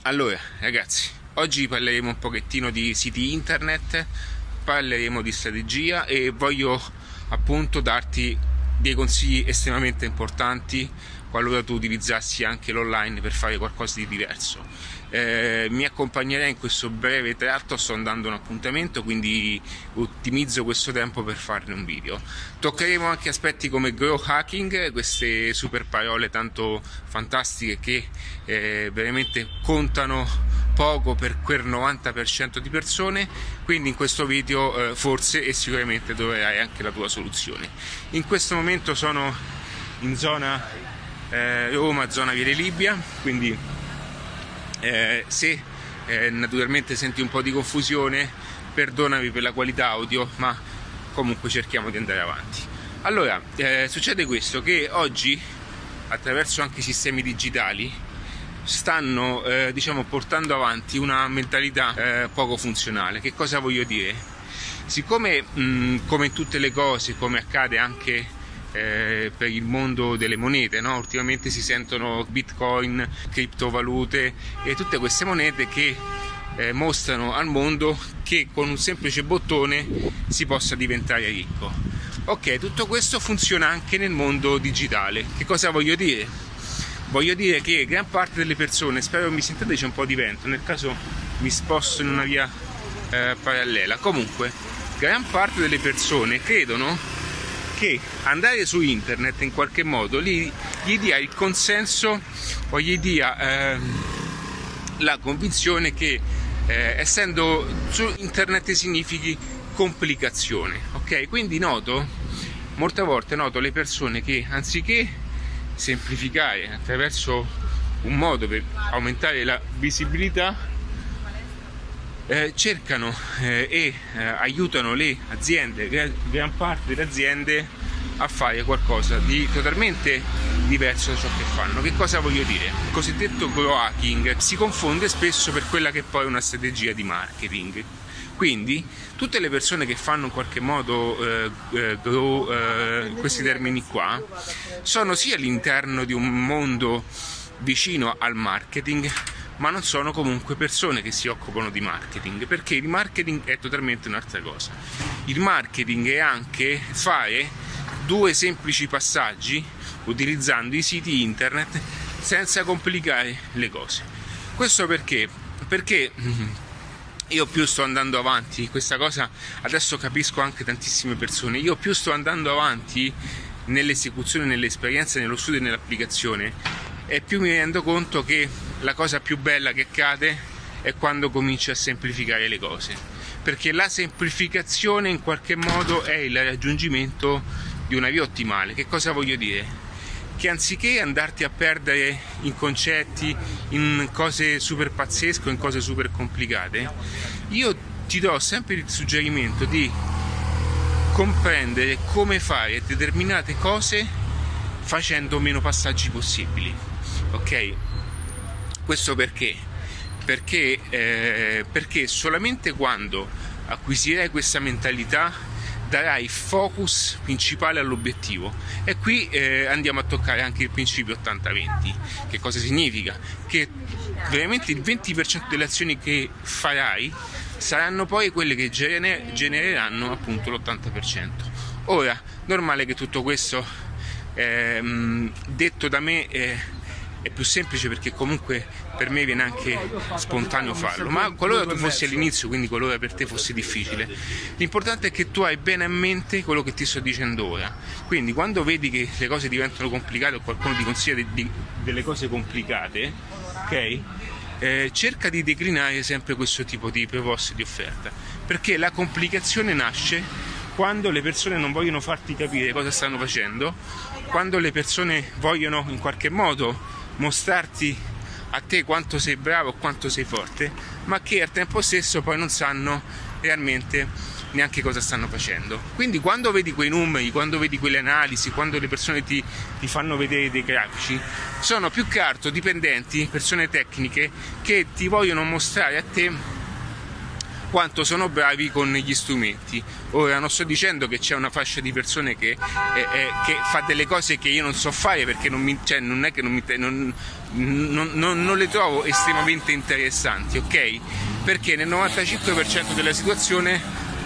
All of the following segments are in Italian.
Allora, ragazzi, oggi parleremo un pochettino di siti internet, parleremo di strategia e voglio appunto darti dei consigli estremamente importanti qualora tu utilizzassi anche l'online per fare qualcosa di diverso. Mi accompagnerai in questo breve tratto, sto andando a un appuntamento, quindi ottimizzo questo tempo per farne un video. Toccheremo anche aspetti come growth hacking, queste super parole tanto fantastiche che veramente contano poco per quel 90% di persone, quindi in questo video forse e sicuramente troverai anche la tua soluzione. In questo momento sono in zona Roma, zona Viale Libia, quindi se naturalmente senti un po' di confusione, perdonami per la qualità audio, ma comunque cerchiamo di andare avanti. Allora, succede questo, che oggi attraverso anche i sistemi digitali stanno portando avanti una mentalità poco funzionale. Che cosa voglio dire? Siccome come in tutte le cose, come accade anche per il mondo delle monete, no? Ultimamente si sentono bitcoin, criptovalute e tutte queste monete che mostrano al mondo che con un semplice bottone si possa diventare ricco. Ok, tutto questo funziona anche nel mondo digitale. Che cosa voglio dire? Voglio dire che gran parte delle persone, spero mi sentiate, c'è un po' di vento, nel caso mi sposto in una via parallela. Comunque, gran parte delle persone credono che andare su internet in qualche modo gli dia il consenso o gli dia la convinzione che essendo su internet significhi complicazione, ok? Quindi molte volte noto le persone che anziché semplificare attraverso un modo per aumentare la visibilità, cercano e aiutano le aziende, gran parte delle aziende, a fare qualcosa di totalmente diverso da ciò che fanno. Che cosa voglio dire? Il cosiddetto growth hacking si confonde spesso per quella che poi è una strategia di marketing. Quindi tutte le persone che fanno in qualche modo questi termini qua sono sia all'interno di un mondo vicino al marketing, ma non sono comunque persone che si occupano di marketing, perché il marketing è totalmente un'altra cosa. Il marketing è anche fare due semplici passaggi utilizzando i siti internet senza complicare le cose. Questo perché? Perché io più sto andando avanti, questa cosa adesso capisco anche tantissime persone, io più sto andando avanti nell'esecuzione, nell'esperienza, nello studio e nell'applicazione, e più mi rendo conto che la cosa più bella che accade è quando cominci a semplificare le cose, perché la semplificazione in qualche modo è il raggiungimento di una via ottimale. Che cosa voglio dire? Che anziché andarti a perdere in concetti, in cose super pazzesche, in cose super complicate, io ti do sempre il suggerimento di comprendere come fare determinate cose facendo meno passaggi possibili. Ok? Questo perché? Perché solamente quando acquisirai questa mentalità darai focus principale all'obiettivo. E qui andiamo a toccare anche il principio 80-20. Che cosa significa? Che veramente il 20% delle azioni che farai saranno poi quelle che genereranno appunto l'80%. Ora, normale che tutto questo detto da me è più semplice, perché comunque per me viene anche spontaneo farlo, ma qualora tu fossi all'inizio, quindi qualora per te fosse difficile, l'importante è che tu hai bene a mente quello che ti sto dicendo ora. Quindi quando vedi che le cose diventano complicate o qualcuno ti consiglia delle cose complicate, ok? Cerca di declinare sempre questo tipo di proposte di offerta, perché la complicazione nasce quando le persone non vogliono farti capire cosa stanno facendo, quando le persone vogliono in qualche modo mostrarti a te quanto sei bravo, quanto sei forte, ma che al tempo stesso poi non sanno realmente neanche cosa stanno facendo. Quindi quando vedi quei numeri, quando vedi quelle analisi, quando le persone ti fanno vedere dei grafici, sono più che altro dipendenti, persone tecniche che ti vogliono mostrare a te quanto sono bravi con gli strumenti. Ora non sto dicendo che c'è una fascia di persone che fa delle cose che io non so fare, perché non è che non le trovo estremamente interessanti, ok? Perché nel 95% della situazione,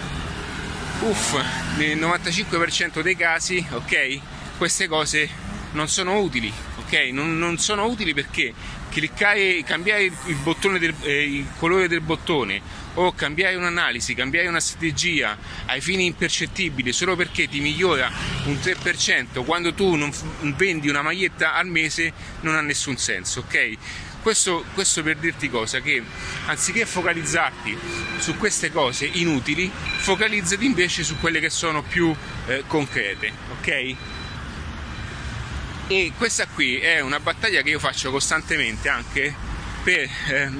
nel 95% dei casi, ok, queste cose non sono utili, ok? Non sono utili perché cambiare il bottone il colore del bottone, o cambiare un'analisi, cambiare una strategia ai fini impercettibili solo perché ti migliora un 3% quando tu non vendi una maglietta al mese, non ha nessun senso, ok? Questo per dirti cosa, che anziché focalizzarti su queste cose inutili, focalizzati invece su quelle che sono più concrete, ok? E questa qui è una battaglia che io faccio costantemente anche per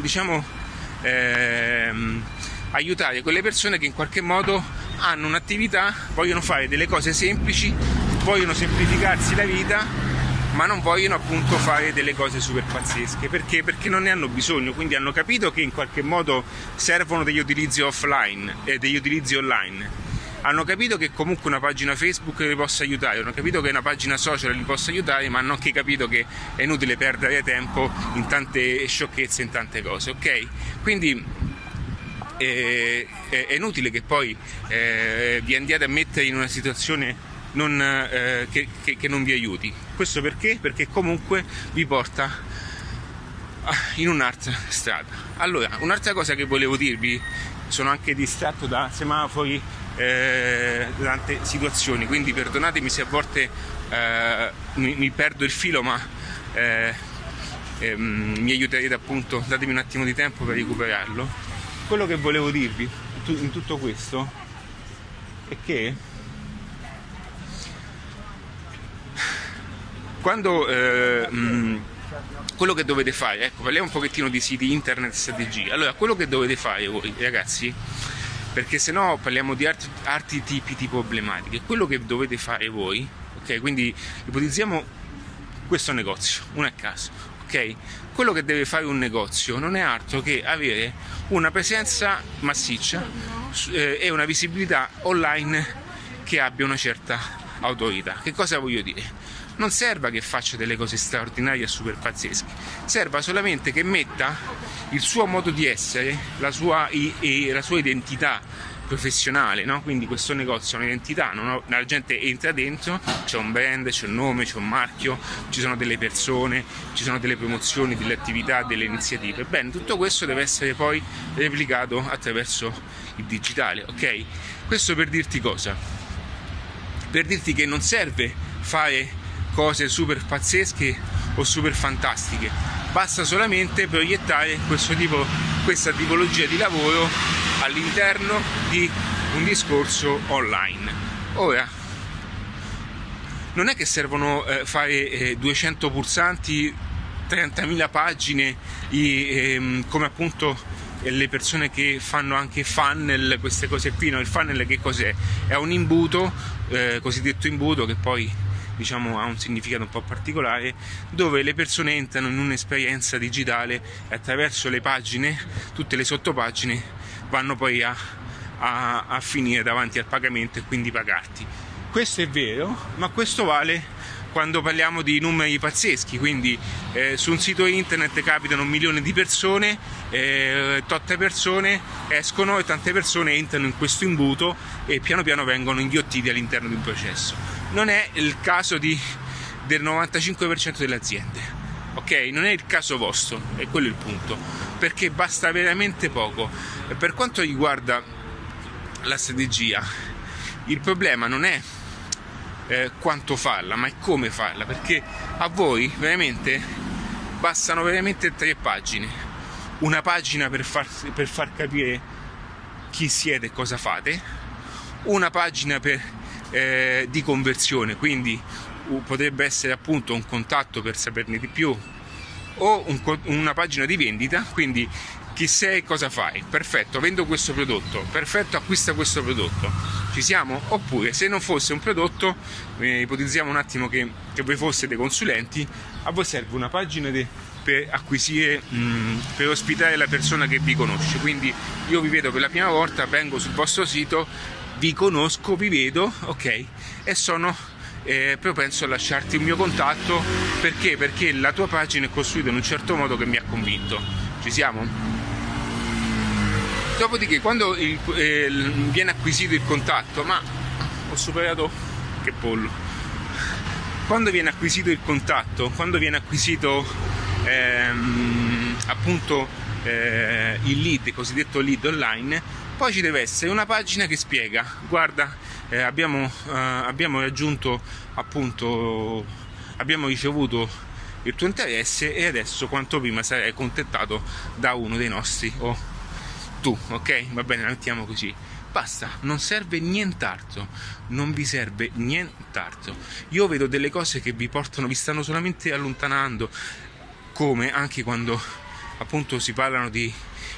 aiutare quelle persone che in qualche modo hanno un'attività, vogliono fare delle cose semplici, vogliono semplificarsi la vita, ma non vogliono appunto fare delle cose super pazzesche. Perché? Perché non ne hanno bisogno, quindi hanno capito che in qualche modo servono degli utilizzi offline e degli utilizzi online. Hanno capito che comunque una pagina Facebook li possa aiutare, hanno capito che una pagina social li possa aiutare, ma hanno anche capito che è inutile perdere tempo in tante sciocchezze, in tante cose, ok? Quindi è inutile che poi vi andiate a mettere in una situazione che non vi aiuti. Questo perché? Perché comunque vi porta in un'altra strada. Allora, un'altra cosa che volevo dirvi, sono anche distratto da semafori durante situazioni, quindi perdonatemi se a volte mi perdo il filo, ma mi aiuterete appunto, datemi un attimo di tempo per recuperarlo. Quello che volevo dirvi in tutto questo è che quando quello che dovete fare, ecco, parliamo un pochettino di siti internet, strategie. Allora, quello che dovete fare voi ragazzi, perché se no parliamo di altri tipi di problematiche, quello che dovete fare voi, ok? Quindi ipotizziamo questo negozio, uno a caso, ok? Quello che deve fare un negozio non è altro che avere una presenza massiccia e una visibilità online che abbia una certa autorità. Che cosa voglio dire? Non serva che faccia delle cose straordinarie e super pazzesche, serva solamente che metta il suo modo di essere, la sua identità professionale, no? Quindi questo negozio ha un'identità, la gente entra dentro, c'è un brand, c'è un nome, c'è un marchio, ci sono delle persone, ci sono delle promozioni, delle attività, delle iniziative. Bene, tutto questo deve essere poi replicato attraverso il digitale, ok? Questo per dirti cosa? Per dirti che non serve fare cose super pazzesche o super fantastiche, basta solamente proiettare questa tipologia di lavoro all'interno di un discorso online. Ora, non è che servono fare 200 pulsanti, 30.000 pagine, come appunto le persone che fanno anche funnel, queste cose qui, no? Il funnel che cos'è? È un imbuto, cosiddetto imbuto, che poi diciamo ha un significato un po' particolare, dove le persone entrano in un'esperienza digitale e attraverso le pagine, tutte le sottopagine, vanno poi a finire davanti al pagamento e quindi pagarti. Questo è vero, ma questo vale quando parliamo di numeri pazzeschi, quindi su un sito internet capitano 1 milione di persone, tante persone escono e tante persone entrano in questo imbuto e piano piano vengono inghiottiti all'interno di un processo. Non è il caso del 95% delle aziende, ok? Non è il caso vostro, è quello il punto, perché basta veramente poco. Per quanto riguarda la strategia, il problema non è quanto farla, ma è come farla, perché a voi veramente bastano veramente 3 pagine, una pagina per far capire chi siete e cosa fate, una pagina di conversione, quindi potrebbe essere appunto un contatto per saperne di più, o una pagina di vendita, quindi chi sei, cosa fai, perfetto, vendo questo prodotto, perfetto, acquista questo prodotto, ci siamo? Oppure se non fosse un prodotto, ipotizziamo un attimo che voi foste dei consulenti, a voi serve una pagina per acquisire, per ospitare la persona che vi conosce. Quindi io vi vedo per la prima volta, vengo sul vostro sito, vi conosco, vi vedo, ok, e sono propenso a lasciarti un mio contatto. Perché la tua pagina è costruita in un certo modo che mi ha convinto. Ci siamo? Dopodiché quando viene acquisito il contatto, ma ho superato che pollo, quando viene acquisito il contatto, quando viene acquisito appunto il lead, cosiddetto lead online, poi ci deve essere una pagina che spiega: guarda, abbiamo raggiunto, appunto, abbiamo ricevuto il tuo interesse e adesso quanto prima sarai contattato da uno dei nostri, o tu, ok? Va bene, la mettiamo così. Basta, non serve nient'altro, non vi serve nient'altro. Io vedo delle cose che vi stanno solamente allontanando, come anche quando appunto si parlano di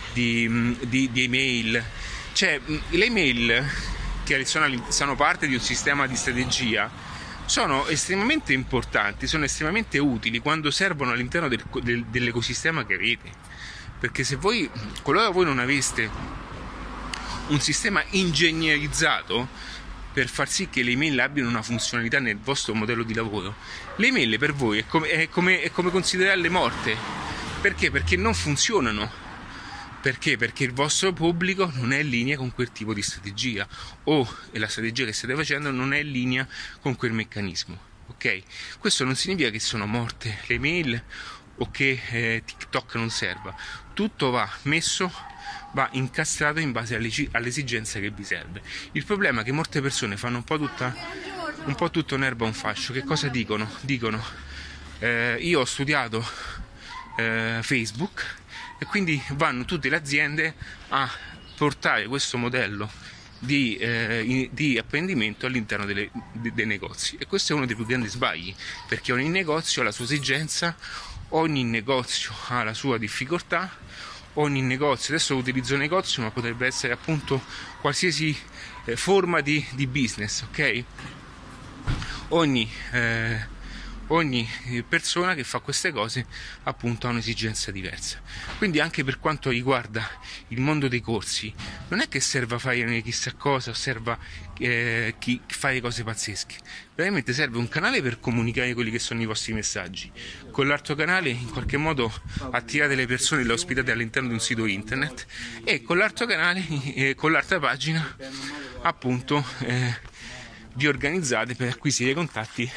email. Cioè, le email che sono parte di un sistema di strategia sono estremamente importanti, sono estremamente utili quando servono all'interno dell'ecosistema che avete, perché se voi, qualora voi non aveste un sistema ingegnerizzato per far sì che le email abbiano una funzionalità nel vostro modello di lavoro, le email per voi è come considerarle morte. Perché? Perché non funzionano. Perché? Perché il vostro pubblico non è in linea con quel tipo di strategia, o la strategia che state facendo non è in linea con quel meccanismo, ok? Questo non significa che sono morte le email o che TikTok non serva. Tutto va incastrato in base all'esigenza che vi serve. Il problema è che molte persone fanno un po' tutto un'erba un fascio. Che cosa dicono? Dicono io ho studiato Facebook, e quindi vanno tutte le aziende a portare questo modello di apprendimento all'interno dei negozi, e questo è uno dei più grandi sbagli, perché ogni negozio ha la sua esigenza, ogni negozio ha la sua difficoltà, ogni negozio, adesso utilizzo negozio ma potrebbe essere appunto qualsiasi forma di business, ok? Ogni persona che fa queste cose appunto ha un'esigenza diversa. Quindi anche per quanto riguarda il mondo dei corsi, non è che serva fare chissà cosa, o serva fare cose pazzesche. Veramente serve un canale per comunicare quelli che sono i vostri messaggi. Con l'altro canale in qualche modo attirate le persone e le ospitate all'interno di un sito internet, e con l'altro canale, con l'altra pagina appunto vi organizzate per acquisire contatti,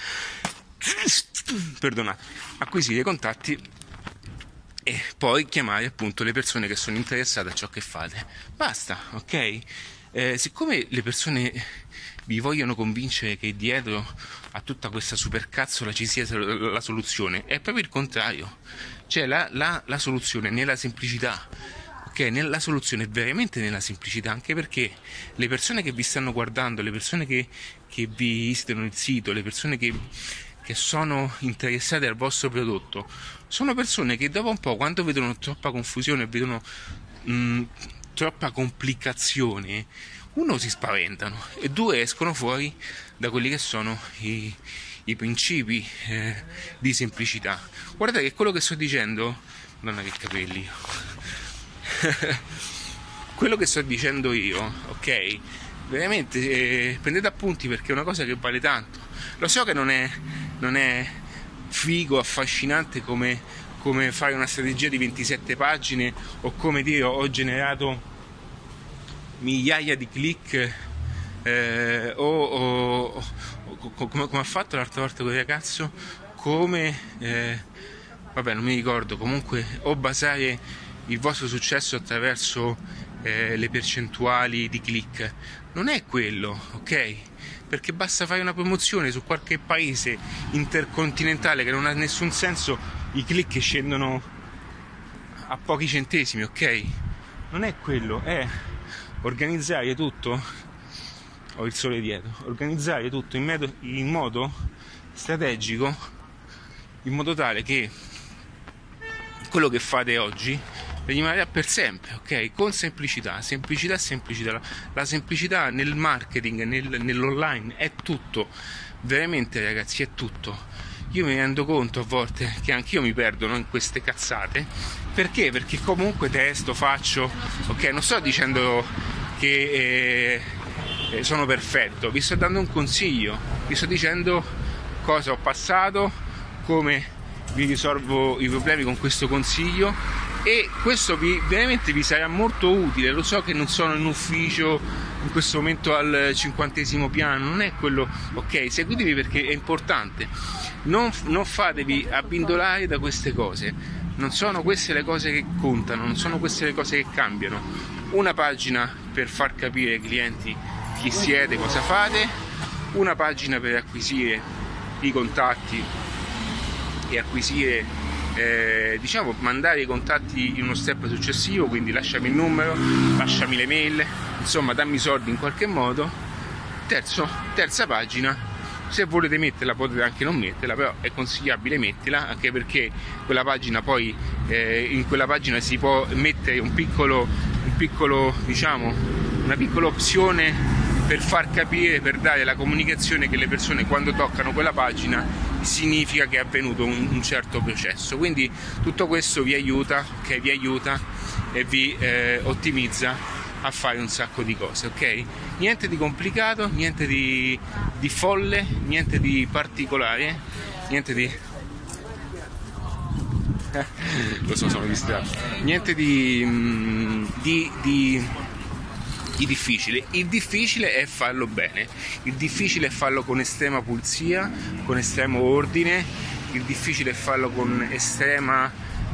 acquisire contatti e poi chiamare appunto le persone che sono interessate a ciò che fate. Basta, ok? Siccome le persone vi vogliono convincere che dietro a tutta questa supercazzola ci sia la soluzione, è proprio il contrario. Cioè la soluzione nella semplicità, ok? La soluzione è veramente nella semplicità, anche perché le persone che vi stanno guardando, le persone che vi visitano il sito, le persone che sono interessate al vostro prodotto, sono persone che dopo un po', quando vedono troppa confusione, vedono troppa complicazione, uno, si spaventano, e due, escono fuori da quelli che sono i principi di semplicità. Guardate che quello che sto dicendo, madonna che capelli, quello che sto dicendo io, ok, veramente prendete appunti, perché è una cosa che vale tanto. Lo so che non è figo, affascinante come fare una strategia di 27 pagine, o come dire ho generato migliaia di click, o come ha fatto l'altra volta quel ragazzo, vabbè, non mi ricordo, comunque, o basare il vostro successo attraverso le percentuali di click. Non è quello, ok? Perché basta fare una promozione su qualche paese intercontinentale che non ha nessun senso, i click scendono a pochi centesimi, ok? Non è quello, è organizzare tutto, ho il sole dietro, organizzare tutto in modo strategico, in modo tale che quello che fate oggi rimarrà per sempre, ok? Con semplicità. La semplicità nel marketing, nell'online, è tutto, veramente ragazzi, è tutto. io mi rendo conto a volte che anch'io mi perdo, no, in queste cazzate. Perché? Perché comunque testo, faccio, ok, non sto dicendo che sono perfetto, vi sto dando un consiglio, vi sto dicendo cosa ho passato, come vi risolvo i problemi con questo consiglio, e questo veramente vi sarà molto utile. Lo so che non sono in ufficio in questo momento al 50° piano, non è quello, ok, seguitevi perché è importante, non fatevi abbindolare da queste cose, non sono queste le cose che contano, non sono queste le cose che cambiano. Una pagina per far capire ai clienti chi siete, cosa fate, una pagina per acquisire i contatti e acquisire, diciamo, mandare i contatti in uno step successivo, quindi lasciami il numero, lasciami le mail, insomma dammi soldi in qualche modo. Terza pagina, se volete metterla potete anche non metterla, però è consigliabile metterla, anche perché quella pagina poi in quella pagina si può mettere un piccolo diciamo, una piccola opzione per far capire, per dare la comunicazione che le persone quando toccano quella pagina significa che è avvenuto un certo processo. Quindi tutto questo vi aiuta, okay? Vi aiuta e vi ottimizza a fare un sacco di cose, ok? Niente di complicato, niente di folle, niente di particolare, niente di lo so, sono distratto, niente di difficile. Il difficile è farlo bene, il difficile è farlo con estrema pulizia, con estremo ordine, il difficile è farlo con estrema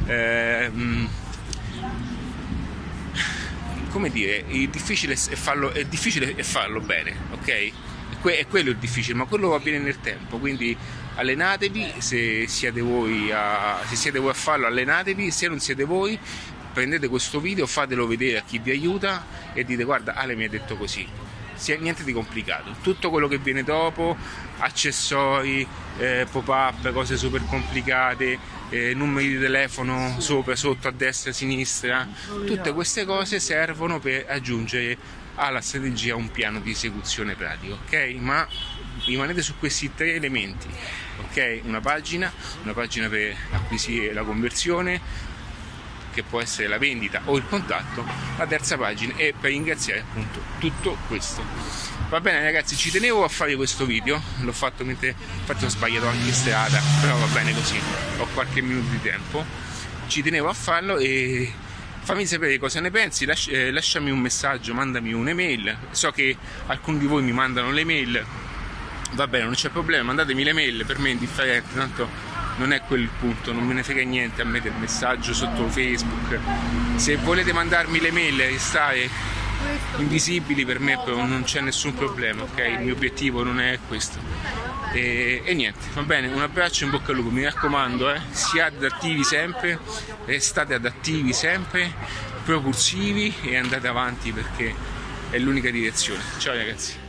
come dire, il difficile è farlo bene, ok? È quello il difficile, ma quello avviene nel tempo, quindi allenatevi, se siete voi a farlo, allenatevi, se non siete voi prendete questo video, fatelo vedere a chi vi aiuta e dite: guarda, Ale mi ha detto così. Niente di complicato, tutto quello che viene dopo, accessori, pop-up, cose super complicate, numeri di telefono sopra, sotto, a destra, a sinistra, tutte queste cose servono per aggiungere alla strategia un piano di esecuzione pratico, ok? Ma rimanete su questi 3 elementi, ok? Una pagina per acquisire la conversione, che può essere la vendita o il contatto, la terza pagina è per ringraziare, appunto, tutto questo. Va bene ragazzi, ci tenevo a fare questo video, l'ho fatto mentre, infatti ho sbagliato anche strada, però va bene così, ho qualche minuto di tempo, ci tenevo a farlo e fammi sapere cosa ne pensi, lasciami un messaggio, mandami un'email, so che alcuni di voi mi mandano le mail, va bene, non c'è problema, mandatemi le mail, per me è indifferente, tanto non è quel il punto, non me ne frega niente a me del messaggio sotto Facebook. Se volete mandarmi le mail e restare invisibili, per me non c'è nessun problema, ok? Il mio obiettivo non è questo. E niente, va bene, un abbraccio, in bocca al lupo, mi raccomando, siate attivi sempre, restate adattivi sempre, propulsivi e andate avanti, perché è l'unica direzione. Ciao ragazzi.